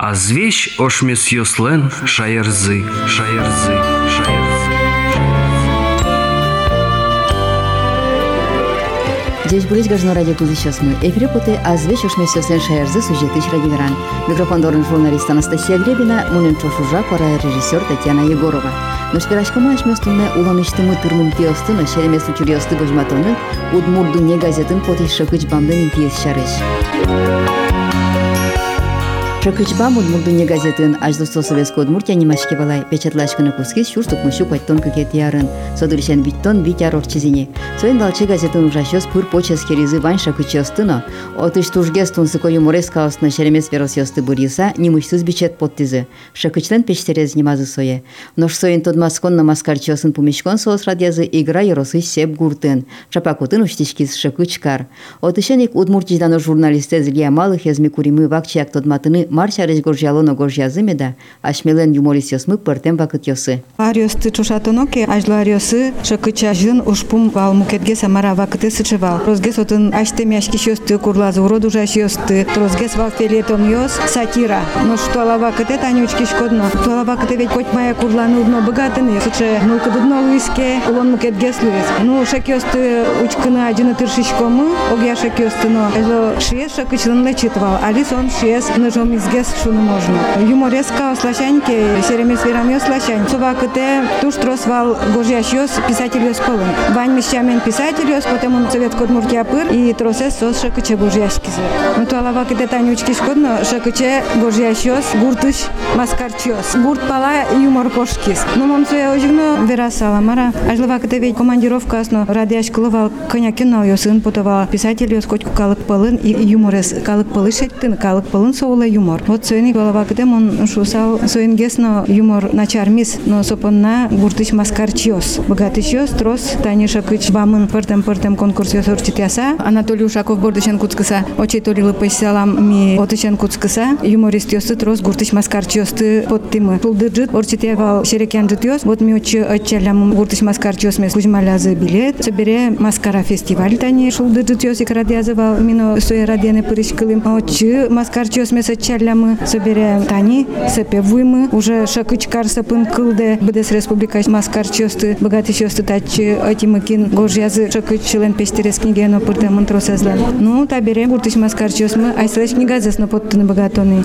Азвещ ошмес йослен шаярзы. Здесь были граждан радио сейчас мы. Эфире поты азвещ ошмес йослен шаярзы сюжеты радиогран. Микрофон дорын журналист Анастасия Гребина, мунен чошужа пора режиссер Татьяна Егорова. Но спирашкама ашместунне уланыштымы тырмын пиостына шеремес учуриосты божматоны удмурду не газетін потиш шакыч бамдын пиес шарыш. Шакычбам удмурдуне газетін аждусто советского Удмуртия немашки балай печатлашканы кускис шурстук мышу пойттон кыкет ярын. Содырышен биттон битяр орчизине. Соен далчы газетін ужашёс пыр почески ризы вань шакычёстыно. Отыш тужгес тунсыко юмореска остына шеремес веросёсты бурьюса немышсыз бичет подтизы. Шакычтен печтерез немазы сое. Нож соен тодмасконно маскарчёсын пумешкон соос радязы игра еросы сеп гуртын. Чапакутын уштишкис шакычкар. Отышеник удмуртиждано журналистез Илья Малых язми куримы вакчияк тодматыны Марша резгоржиалоно горжиазымеда, ашмелен юморисёсмы пыртем вакытёсы. Ариосты чушатоноке ажло ариосы шакычажын ушпум вал мукетге самара вакыты сычывал. Розгес отын аштемяшки шёсты курлазы уроду жашёсты. Розгес вал филетон ёс сатира. Но что лавакыте танючки шкодно. То лавакыте ведь хоть моя курланы удно богатыны. Сыче мылка дудно луиске улон мукетге слуис. Ну шакёсты учкына аджины тыршишкомы. Огя шакёсты но ажло шиес шакычлын лечитвал. Алис он шиес нажом изгес шуну можно. Юмореска слащаньке, серемес верамёс слащань. Сувакыте туш тросвал гожьящёс писателёс полын. Вань мещамен писателёс, потом он советского Удмуртия пыр и тросес сос шакыче гожьяшкизе. Ну то лавакыте танючки шкодно шакыче гожьящёс гуртыш маскарчёс. Гурт пала юмор кошкис. Ну мамсуя ожигно верасала мара. Ажлавакыте ведь командировка асно радиашкылывал конякинал ёсын потовал писателёс котку калык полын и юморес калык полышеттын калык полын соула юмор. Вот союник балабакытем он шусал союнгесно юмор начармис, но сопонна гуртыш маскарчиос. Богатыщёс трос таниша кыч бамын пыртем конкурсиос урчитяса. Анатолий Ушаков бордышен куцкыса. Очей толи лыпайсалам ми отышен куцкыса. Юмористёсы трос гуртыш маскарчиосты подтымы. Пулдырджит орчитявал шерекянджитёс. Вот ми очи отчалям гуртыш маскарчиос мес кузьмалязы билет. Собере маскара фестиваль тани шулдырджитёс и крадязывал мино соя радианы пырышкылым. Очи маскарчиос мес отчалям собере тани сепевуймы. Уже шакычкар сапын кылды. Бдес республика маскарчиосты богатыщёсты тачи атимыкин гожьязы шакычылен пештерес книгено пыртемын тросезлен. Ну табере гуртыш маскарчиосмы айслэш книгазесно подтыны богатоны.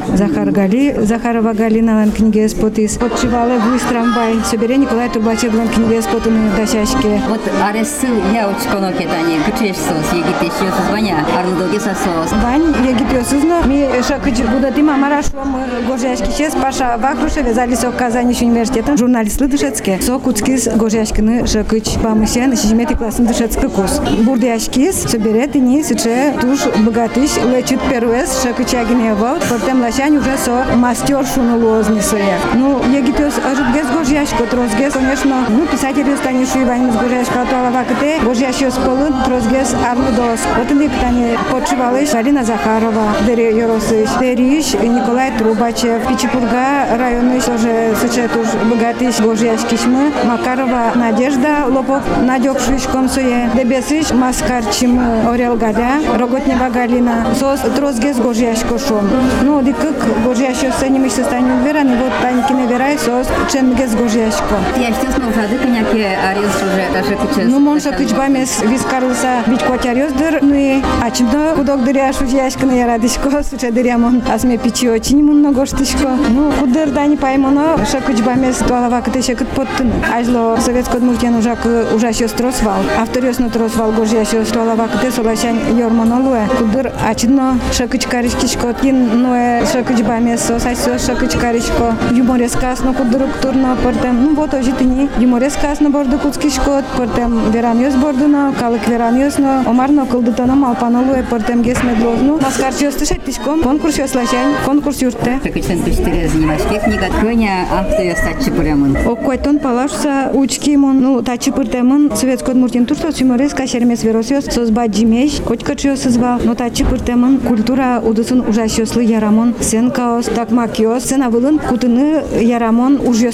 Захарова Галиналан книгес потис. Подчивале вуйс трамвай. Собере Николай Турбачевлен книгес потыны дощашке. Вот арессы я учконо кетани. Кычешсос егитешёс званя. Арлдоги сосос. Вань егитёсызно ми шакыч будатыма марашом гожьяшки чес Паша Вахрушеве залисок Казаниш университетын журналистлы дышецке. Со куцкис гожьяшкины шакыч памышен шижмети классын дышецкы кус. Бурдяшкис собере тыни сыче туш богатыш лечит первес шакычагиневал. Портем лащань уже со мастер шунулозный соя. Ну егитёс ажутгес гожьяшко тросгес, конечно, ну писатель станешь Иван с гожьяшко туалавакте гожьяшёс полын тросгес арлудос. Вот они ктани подшивалыш Галина Захарова, Дарья Еросыч, Териш, Николай Трубачев, Пичепурга районы уже сыче туш богатыш гожьяшкишмы, Макарова Надежда Лопов, Надёк Швичком суе, Дебесыч Маскарчимы Орел Галя, Роготнева Галина, сос тросгес гожьяшко шом. Ну дикык гожьяшо сенемиш состояние вераны, вот танькины верай сос чемгес гожьяшко. Я сейчас на ужады коняки арез уже даже кычес. Ну монша кычбамес вискарлыса бичкот арёздыр, ну и ачимдо кудок дыря шужьяшко на ярадышко, сыче дырямон асме пичи очень много штышко. Ну кудыр дани паймоно шакычбамес туалавакыте шекыт подтыны. Ажло советского Удмуртиян ужашёс тросвал. Авторёсно тросвал гожьяшёс туалавакыте солашань йормонолуэ. Кудыр ачидно шакычкарышкишко тин ноэ шакычбамес сосайсос шакычкарышко. Юморескасно кудырык турно пыртем. Ну вот ожитыни юморескасно борду куцкишко пыртем верамёс бордуно, калык верамёсно, омарно кылдытано малпанолуэ пыртем гес медлозну. Маскарчёс тышеттишком конкурс ёслашань, конкурс юрте. Шакычтен пештерез занимашке книга коня автоёс тачи пырямын. Оккойтон палашса учкимон, ну тачи пыртемын советского Удмуртиян турсос юмореска шеремес веросёс созбаджимеш, котькачёсызва, но тачи пыртемын культура удысын ужашёслы ярамон, сен каос, такмакёс, сен авылын кутыны ярамон ужёс тачи пыртем.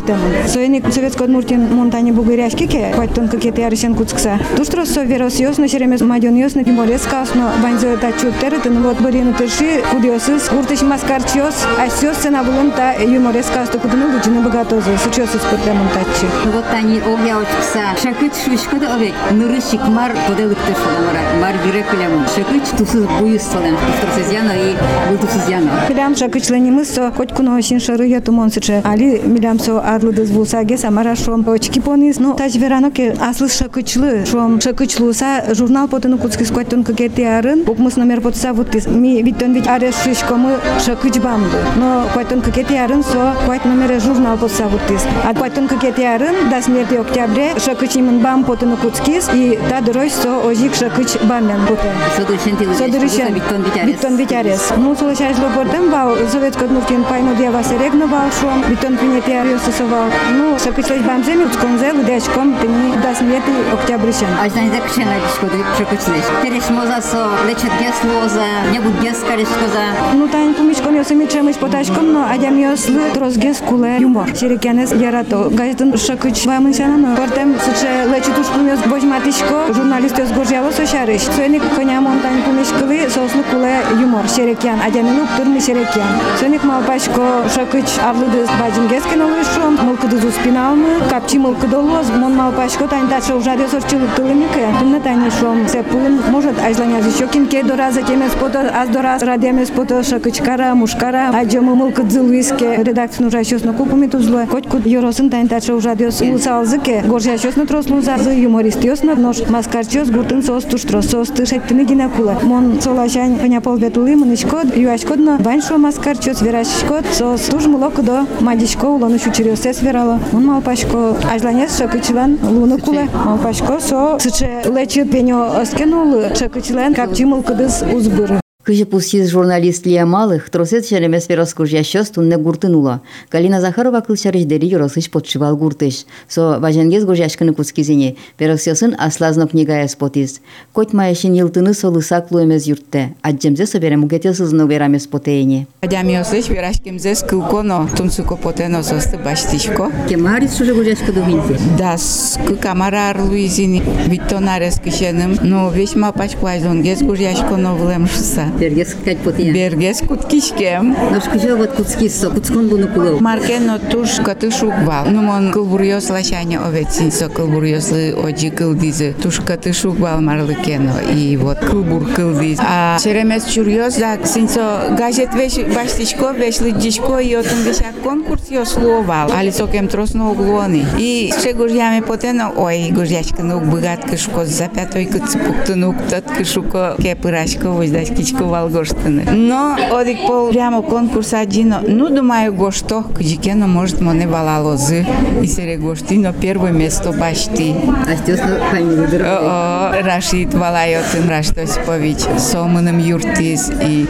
спортем. Соеник советской Удмуртин монтане бугыряшкике, хваттон какие-то ярышен куцкса. Туштрос соверос ёсно, черемес мадён ёсно, юморес касно, банзо тачуттер, тын вот барину тырши, кудиосыз, гуртыш маскарчиос, а сёс цена булон та юморес касто кудыны лучины богатозы, сучёсыз спортем монтачи. Вот они огяучкса, шакыч шушкода овек, нырышик мар поделыктыр шоламара, мар бирекулям, шакыч тусыз буюз солем, тустросыз яно и бултусыз яно. Милям шакычланимыз со, хоть куно син шары ятумон сыче, али милям со адлыдыз булсаге самара шом, очки понис, ну, тач вераноке аслыз шакычлы, шом шакычлуса, журнал потыну куцкис коттон кагети арын, букмус номер потса вуттис, ми виттон вит арес шишкомы шакыч бамды, но коттон кагети арын со, кот номере журнал потса вуттис, а коттон кагети арын, до смерти октябре, шакычимын бам потыну куцкис, и та дорож со ожик шакыч бамен буте. Содырышен виттон вит арес. Ну, солочай жлобордем бал, советской Удмуртин пайну дева серегна бал шом, виттон пинети ариосы совал. Ну, шакычлась бамземи, уцконзе, лудячком, тыни до смерти октябрышен. А знаете, как чена дишкоды шакычлеш? Тереш моза со, лечет гес лоза, не буд гес карешкоза. Ну, тань помишкон ёсами чемыш потачком, но адям ёслы трозгес куле юмор. Шерекянес ярато. Газетын шакыч бамын шанано. Портем сыче лечет ушпумёс божматишко, журналист ёс горжяло сошарыш. Соеник конямон тань помишкалы, сослы куле юмор. Шерекян, адямилук турны шерекян. Соеник малпашко шакыч арлыдыз баджингескен олышом, мылкыдыз успиналмы, капчи мылкыдолоз, мон малпашко тань тача ужарё сорчылык тылымике. Тумна тань шом сепулым, может, ажланяз ещё кинке дораза темес пото, аз дораз радемес пото шакычкара, мушкара, аджамы мылкыдзылвиске, редакцию ужащёсно купуми тузло, котькут ёросын тань тача ужарёс улсалзыке, горжащёсно трослузазы, юморист ёсно, нож маскарчёс, гуртын сос туштро, сос тышеттыны гинакула. Мон солашань паняпол ветулы, мынышкод, юашкодно, ваньшо маскарчёс, верашкод, сос туж мылокудо, мадичко улону щучерёсес верало. Мон малпашко ажланес шакычылан луны куле, малпашко со сыче лечи пенё оскенулы, шакычылан капчи мылкыдыз узбыры. Кыжы пусиз журналист Лия Малых, тросет шеремес вероскуржящёс тунне гуртынула. Галина Захарова кылчарыждери юросыш подшивал гуртыш. Со важенгез гуржяшкыны кускизине, веросёсын аслазно книгая спотиз. Коть маешин йылтыны солысак луэмез юртте, аджемзе собере мугетесызны верамес потеене. Адямиосыш верашкемзе скылконо, тунсуко потено состы баштишко. Кемарис шуже гуржяшка дугинте? Да, скыкамара арлуизини, виттонарес кишеным, но весьма пачпуайзонгез гуржяшконо влемшуса. Бергес кать потеян. Бергес куткишкем. Навшкыжа вот куцкиссо, куцкон луны кулыл. Маркено туш катышуквал. Ну мон кылбурьёс лашаня овецинсо, кылбурьёслы оджи кылдизы. Туш катышуквал марлыкено. И вот кылбур кылдиз. А черемес чурьёс, да, синсо газет веш баштишко, веш лыджишко, и отым веша конкурс ёсловал. Алисокем тросно углоны. И ще гурьяме потено, ой, гурьяшканук быгаткышко, за пятой кыцпуктынук, таткышуко, кепырашко, воздать кичко Волгоштыны. Но одик пол прямо конкурс один. Ну, думаю, гошто, кджикено может моне валалозы. И сере гоштино первое место башти. А стёсно фамилию дорогой. Рашид Валайотын Раштосипович, Сомыным Юртис. И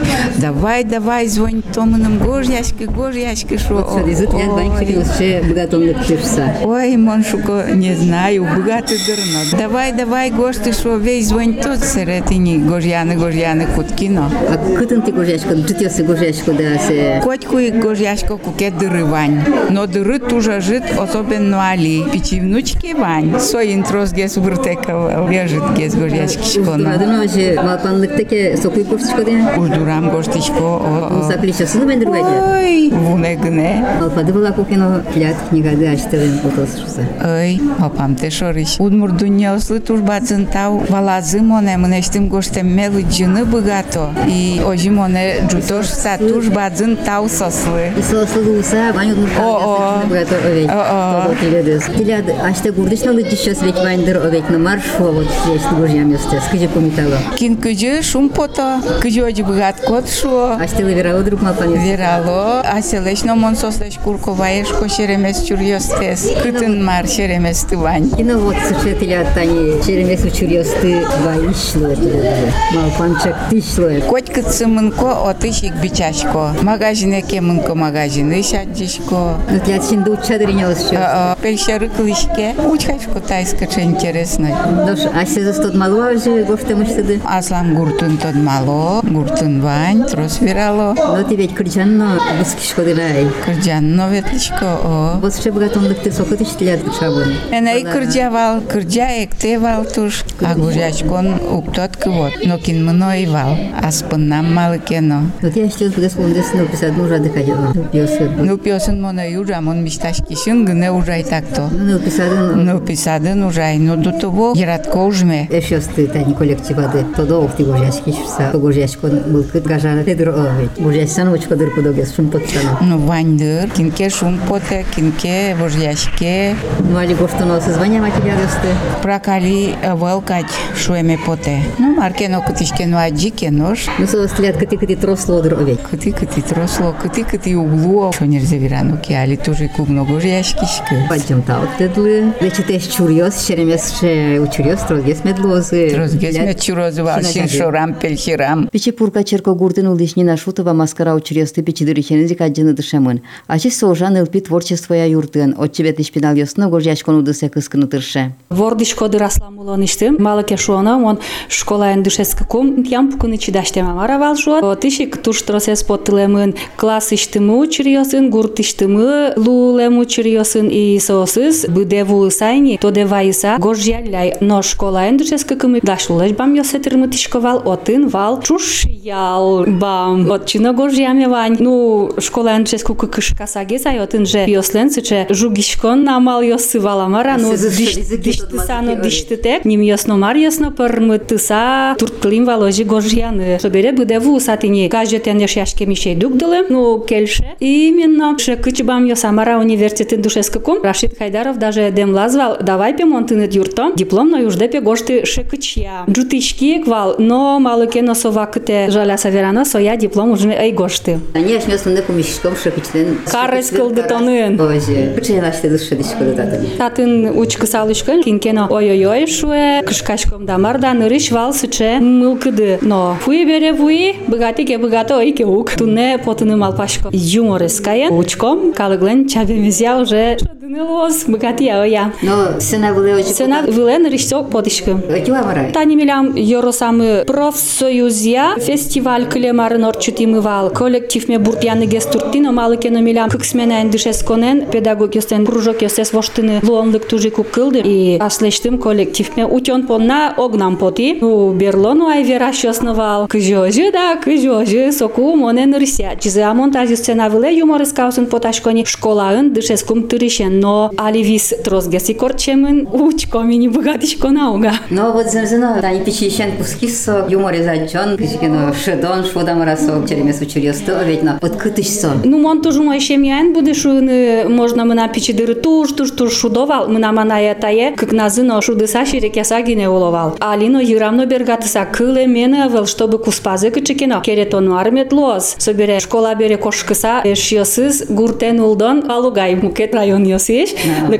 давай, звонь Томыным гожьяшки, шо. Вот садизит, я двоих ше богатомных пишса. Ой, моншуко, не знаю, богатый дырно. Давай, гошты, шо, весь звонь тот серетини, гожьяны, куткино. А кытын ты гожьяшка, джитёсы гожьяшка, да, се... Котьку и гожьяшка куке дырывань. Но дыры тужа жит, особенно али. Печивнучки вань. Соин тросгес выртековал. Вяжет гес гожьяшки шкона. Дурадыны уже малпанлыктеке сокуй пурсичко да? Уж дурам гоштичко. Саклишосы мен другайда? Ой, вунегне. Малпады была кукино клят книгады аштырын потосышса. Ой, малпам те шориш. Удмур дуньослы туж бацентау. Валазы моне мнештым гоштем мелы джины богато. И ожи моне джутош са туж бацен тау сослы. И сослы луса, вань удмуртан богато овек. Тодо теледес. Телед аште гурдышна лыджишос век вайндыр овек на марш вот здесь гожьям ёсте. Скажи помитало. Кин кыжы шум пото. Кыжы ожи богат кот шо. Аште лыверало друг малпан ёсте. Верало. Аселешно мон сослеш курковаешко шеремес чурьёстес. Кытын мар шеремес ты вань. И ну вот суче телед тани шеремес учурьёсты вань ишло телед. Малпанчак тишло. Котькыцы мынко, отышик бичашко. Магазине ке мынко магазины сядишко. Ну, для чинду учадренёс еще. Пельшеры клышке. Учашко тайска, че интересно. Дош, а сезон тот мало уже гошты мышцы. Аслам гуртун тот мало, гуртун вань, трос вирало. Ну, ты ведь кричанно, бускишко дырай. Кырджанно ветлишко, о. Вот что богатонлык ты сокоты штилят шабон. Эней кырджавал, кырджа эктевал туш. А гуряшкон уктот квот, но кин мной вал. Аспыннам малыкено. Вот я сейчас буду вспомнить, ну, писать, ну, рады ходила. Ну, пёсын мона южа, мон мечташки сюнгне ужай так-то. Ну, писадын. Ну, писадын ужай, но до того яратко ужме. Еще сты, тани коллективады. То долг ты гожяшки шса. То гожяшкон был кыт гажара тедр овет. Гожяшсан учко дыр подогес шум подсана. Ну, вандыр, кинке шумпоте, кинке вожяшке. Ну, али гоштоно созвания материалисты. Прокали волкать шуеме поте. Ну, маркено кытишкено аджикенош. Ну, совостлят кыты тросло дыр овет. Кыты тросло, кыты углу. Что нельзя верану, али тоже кубно гожяшкишке. Пойдем та вот тедлы. Лечитесь чурьёс, черемесше учурьёс, трозгес медлозы. Трозгес медчурозы валшин шорам пельширам. Печи пурка черко гуртын улдишни нашутова маскара учурьёсты печи дырыхенези каджыны дышамын. Ачи сожан ылпи творчество я юртын. Отчебет ишпинал ёсно гожяшкон удысе кыскыны тырше. Вордишко дырасла мулоништым. Малыке шуона, он школаен дышескаком. Ям пукыны чидаштема маравал шуот. Отишик туш тросес поттылемын. Класс иштымы учурьёсын, гурт иштымы лулем учурьёсын и соосыз. Быдеву сайни, то девайса гожьяляй. Но школаен дышескакымы. Дашлулеш бам ёсетырмы тишковал. Отын вал чушял бам. Отчино гожьяме вань. Ну, школаен дышескаку кышкасаге сай. Отын же ёслен сыче жугишкон намал ёсы валамара. Ну, диштысано диштытек. Ним ёсно мар ёсно пырмы тыса. Туртлим валожи гожьяны. Собере быдеву сатыни. Каждетен яшяшке мишей дугдылы. Ну, кельше. Именно шекыч бам ёсамара университет душескакум. Рашид Хайдаров даже демлазвал. Давай пемонтынет юртом. Диплом на юждепе гошты шекычья. Джутышки квал. Но малыке носова кыте жаля саверана. Соя диплом уже ай гошты. Они аж местно не кумишком шекычтен. Каррес кылдытонын. Оже. Кычайлашты дышедишко датын. Татын учкы салышкын. Кинкено ой-ой-ой шуе. Кышкашком дамарда нырыш вал сыче мылкыды. Но фуи бере фуи. Богатике богато ойке ук. Туне потыны малпашко. Юмореская. Учком калыглен чабемезя уже шадынылос. Богатия оя. Но сена выле очень. Сена вылен рышсок подышкы. Отила марай. Тани милям yorosamy профсоюзя фестиваль клемарын орчутимывал коллектив ме буртяны гестуртино малыкено милям кыксменен дышесконен педагог ёстен кружок ёстес воштыны луонлык тужи кукылды и аслештым коллектив ме утён понна огнам поти ну берлону айвераш ёсновал кыжожы да кыжожы соку монен рыся чизе монтажы сцена выле юморескаусын поташкони школаын дышескум тырышен но аливис трозгеси корчемын учкомини богатишко науга. Но вот замзено тани печищен кускиссо юморе заджон кышкено шедон шводамарасо черемес учурьёсты оведно вот кытышсо. Ну мон тоже мой шемьян будешуны можно мы на печидыры туш шудовал мы на маная тае как назыно шудыса ширекеса гине уловал. Алино юрамно бергатыса кыле меневел чтобы куспазы кычыкено керетону армет лоз собере школа бере кошкыса эшьёсыз гуртен улдон алугай мукет район ёсиш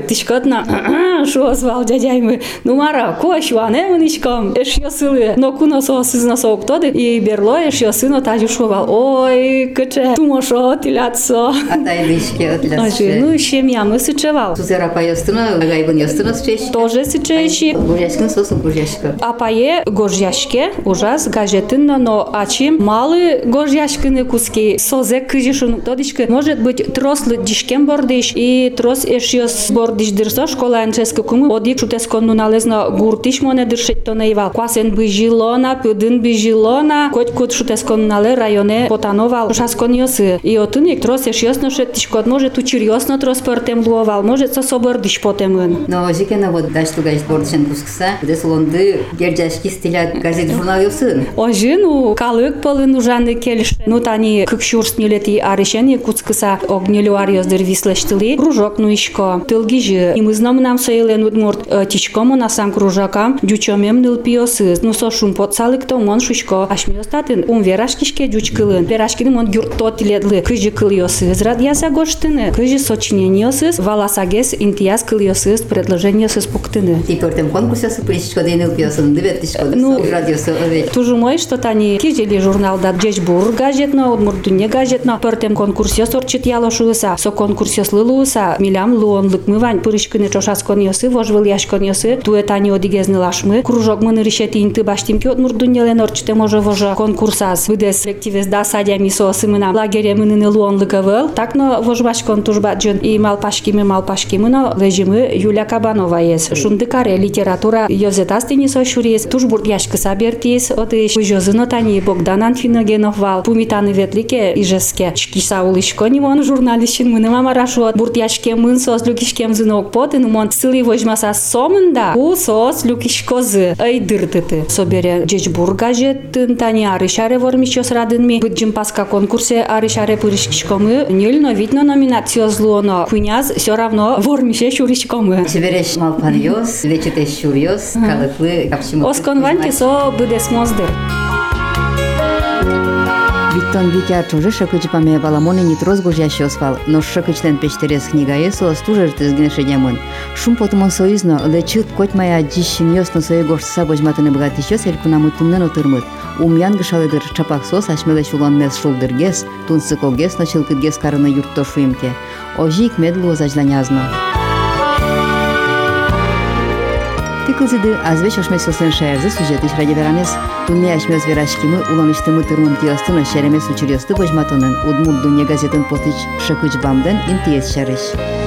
лыктишкотна шуозвал дядяймы ну мара кошване мынишком эшьёсылы но куносо сызно соуктоды и берло эшьёсыно тажушовал ой кыче тумошо тилятсо Атайдышке отлясше. ну шемья мы сычевал Сузера поёстыно гайбын ёстыно счещ. тоже сычещи Гужяшкын сосу гужяшка. апае гожьяшке ужас газетынно но ачим малы гожьяшкыны куски созе кыжишун тодишкы может быть трослы дишкем бордиш и трос эшьёс бордиш дырсо школа анческа кумы одик шутесконну налезно гуртиш моне дыршет тонейвал квасен быжилона пыдын быжилона коть кут шутесконну нале районе потановал шаскон ёсы и отыник трос эшьёсно шеттишкот может учирьёсно трос портем луовал может со собордиш потемын. Но жикена вот дашту газет бордишен кускса дес лонды герджашки стиля газет журнал ёсын. Ожи ну калык полын ужаны келиш ну тани кыкшурс нилети аришени куцкыса огнелю арьёздыр вислештыли кружок ну лишко тылгижи и мы знаем нам соелен удмурт тичкому на сам кружакам дючомем нылпиосы ну со шум подсалык то мон шушко ашмиостатын верашкишке дючкылын верашкины мон гюртот ледлы кыжи кылиосы радиаса гоштыны кыжи сочинениосыз валасагес интияс кылиосыз предложениосыз пуктыны теперь тем конкурсасы пришко денылпиосын дебеттишко радиосы тоже мой что тани кижели журналда джечбур газетно удмуртуне газетно пертем конкурсио сорчит ялошуса со конкурсиослы луса милям луонлык мывань пырышкыны чошаскониосы вожвыл яшкониосы туэтани одигезны лашмы кружок мыны решети инты баштимки удмуртунелен орчите може вожа конкурсас выдес рективес да садями сосы мына лагере мыныны луонлыковыл так но вожбашкон тужбаджын и малпашкими но лежимы Юля Кабанова ес шундыкаре литература йозетастини сошурис тужбурт яшкы сабертис отыш выжозыно тани Богдан Анфиногенов вал пумитаны ветлике ижеске чкиса улышкони мон журналистин мыны мамарашуот бурт яшке мын сос люкишкем зынок потын мон сылы вожмаса сомында у сос люкишкозы ай дыртыты собере джечбур газеттын тани арышаре вормичос радынми быджим паска конкурсе арышаре пырышкишкомы нельно видно номинациозлуоно куняз все равно вормише шуришкомы Сибереш малпаниос вечетеш шуриос калыклы капшимо осконванти со быдес моздыр Виттон Витя тоже шакычпаме баламоны нитрос гожящосвал, но шакычтен печтерес книга со стужер тезгнешенемын. Шум потомон союзно, лечит коть моя дищин ёсно сое гошса божматыны богатищос элькунамы тумнен отырмыт. Умян гышалыдыр чапак сос ашмелеш улан мез шулдыргес, тунсыкогес начылкыдгес карыны юртто шуимке. Ожик медлу зажланязно. Тыкылзыды азвеч ошмесосын шаярзы сюжетыш радиоверанес. Тунне ашмез верашкимы уланыштымы тырмым тиостыны шеремес учерёсты божматынын удмурт дунья газетін потыч шакыч бамден интиес шарыш.